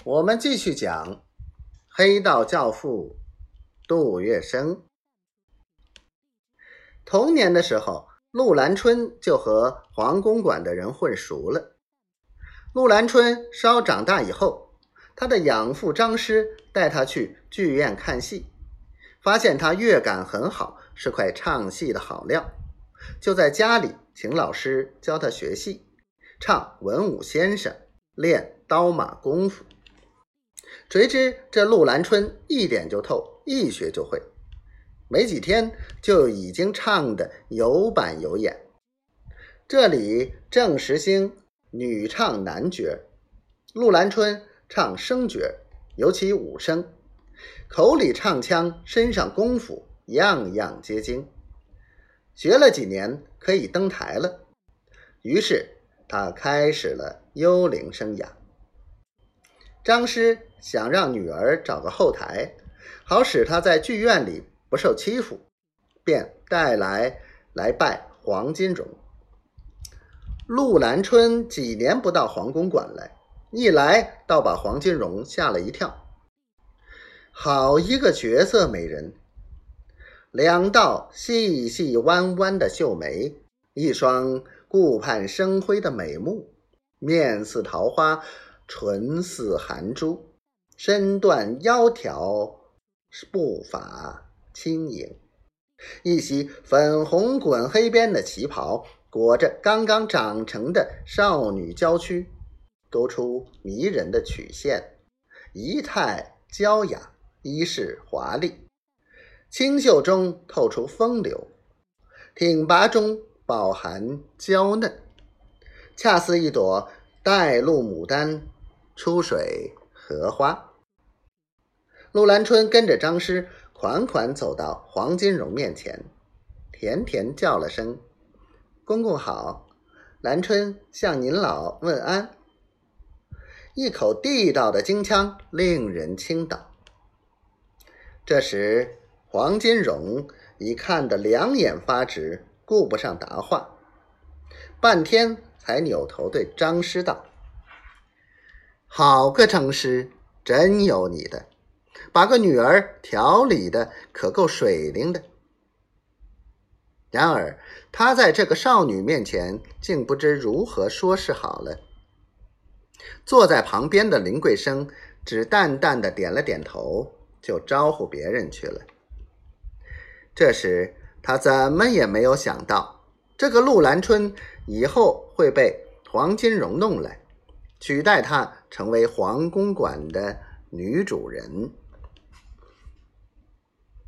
我们继续讲黑道教父杜月笙。童年的时候，陆兰春就和黄公馆的人混熟了。陆兰春稍长大以后，他的养父张师带他去剧院看戏，发现他乐感很好，是块唱戏的好料，就在家里请老师教他学戏，唱文武先生，练刀马功夫。谁知这陆兰春一点就透，一学就会，没几天就已经唱得有板有眼。这里正时兴女唱男角，陆兰春唱生角，尤其武生，口里唱腔，身上功夫样样皆精。学了几年可以登台了，于是他开始了幽灵生涯。张师想让女儿找个后台，好使她在剧院里不受欺负，便带来拜黄金荣。陆兰春几年不到黄公馆来，一来倒把黄金荣吓了一跳。好一个绝色美人，两道细细弯弯的秀眉，一双顾盼生辉的美目，面似桃花，唇似含珠，身段窈窕，步伐轻盈。一袭粉红滚黑边的旗袍，裹着刚刚长成的少女娇躯，勾出迷人的曲线，仪态娇雅，衣饰华丽，清秀中透出风流，挺拔中饱含娇嫩，恰似一朵带露牡丹，出水荷花。陆兰春跟着张师款款走到黄金荣面前，甜甜叫了声公公好，兰春向您老问安。一口地道的京腔令人倾倒。这时黄金荣已看得两眼发直，顾不上答话，半天才扭头对张师道：好个张师，真有你的，把个女儿调理的可够水灵的。然而他在这个少女面前竟不知如何说是好了。坐在旁边的林桂生只淡淡的点了点头，就招呼别人去了。这时他怎么也没有想到，这个陆兰春以后会被黄金荣弄来，取代他成为黄公馆的女主人。